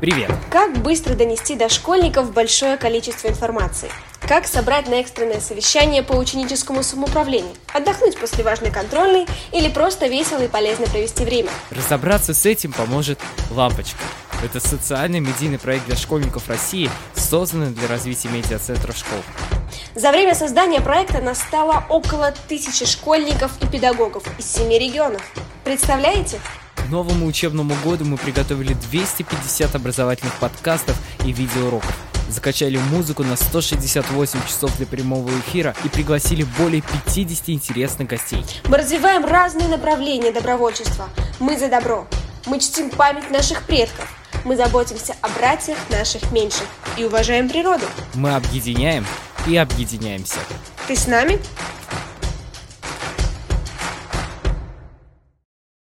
Привет! Как быстро донести до школьников большое количество информации? Как собрать на экстренное совещание по ученическому самоуправлению? Отдохнуть после важной контрольной или просто весело и полезно провести время? Разобраться с этим поможет «Лампочка». Это социальный медийный проект для школьников России, созданный для развития медиацентров школ. За время создания проекта настало около 1000 школьников и педагогов из 7 регионов. Представляете? К новому учебному году мы приготовили 250 образовательных подкастов и видеоуроков. Закачали музыку на 168 часов для прямого эфира и пригласили более 50 интересных гостей. Мы развиваем разные направления добровольчества. Мы за добро. Мы чтим память наших предков. Мы заботимся о братьях наших меньших и уважаем природу. Мы объединяем и объединяемся. Ты с нами?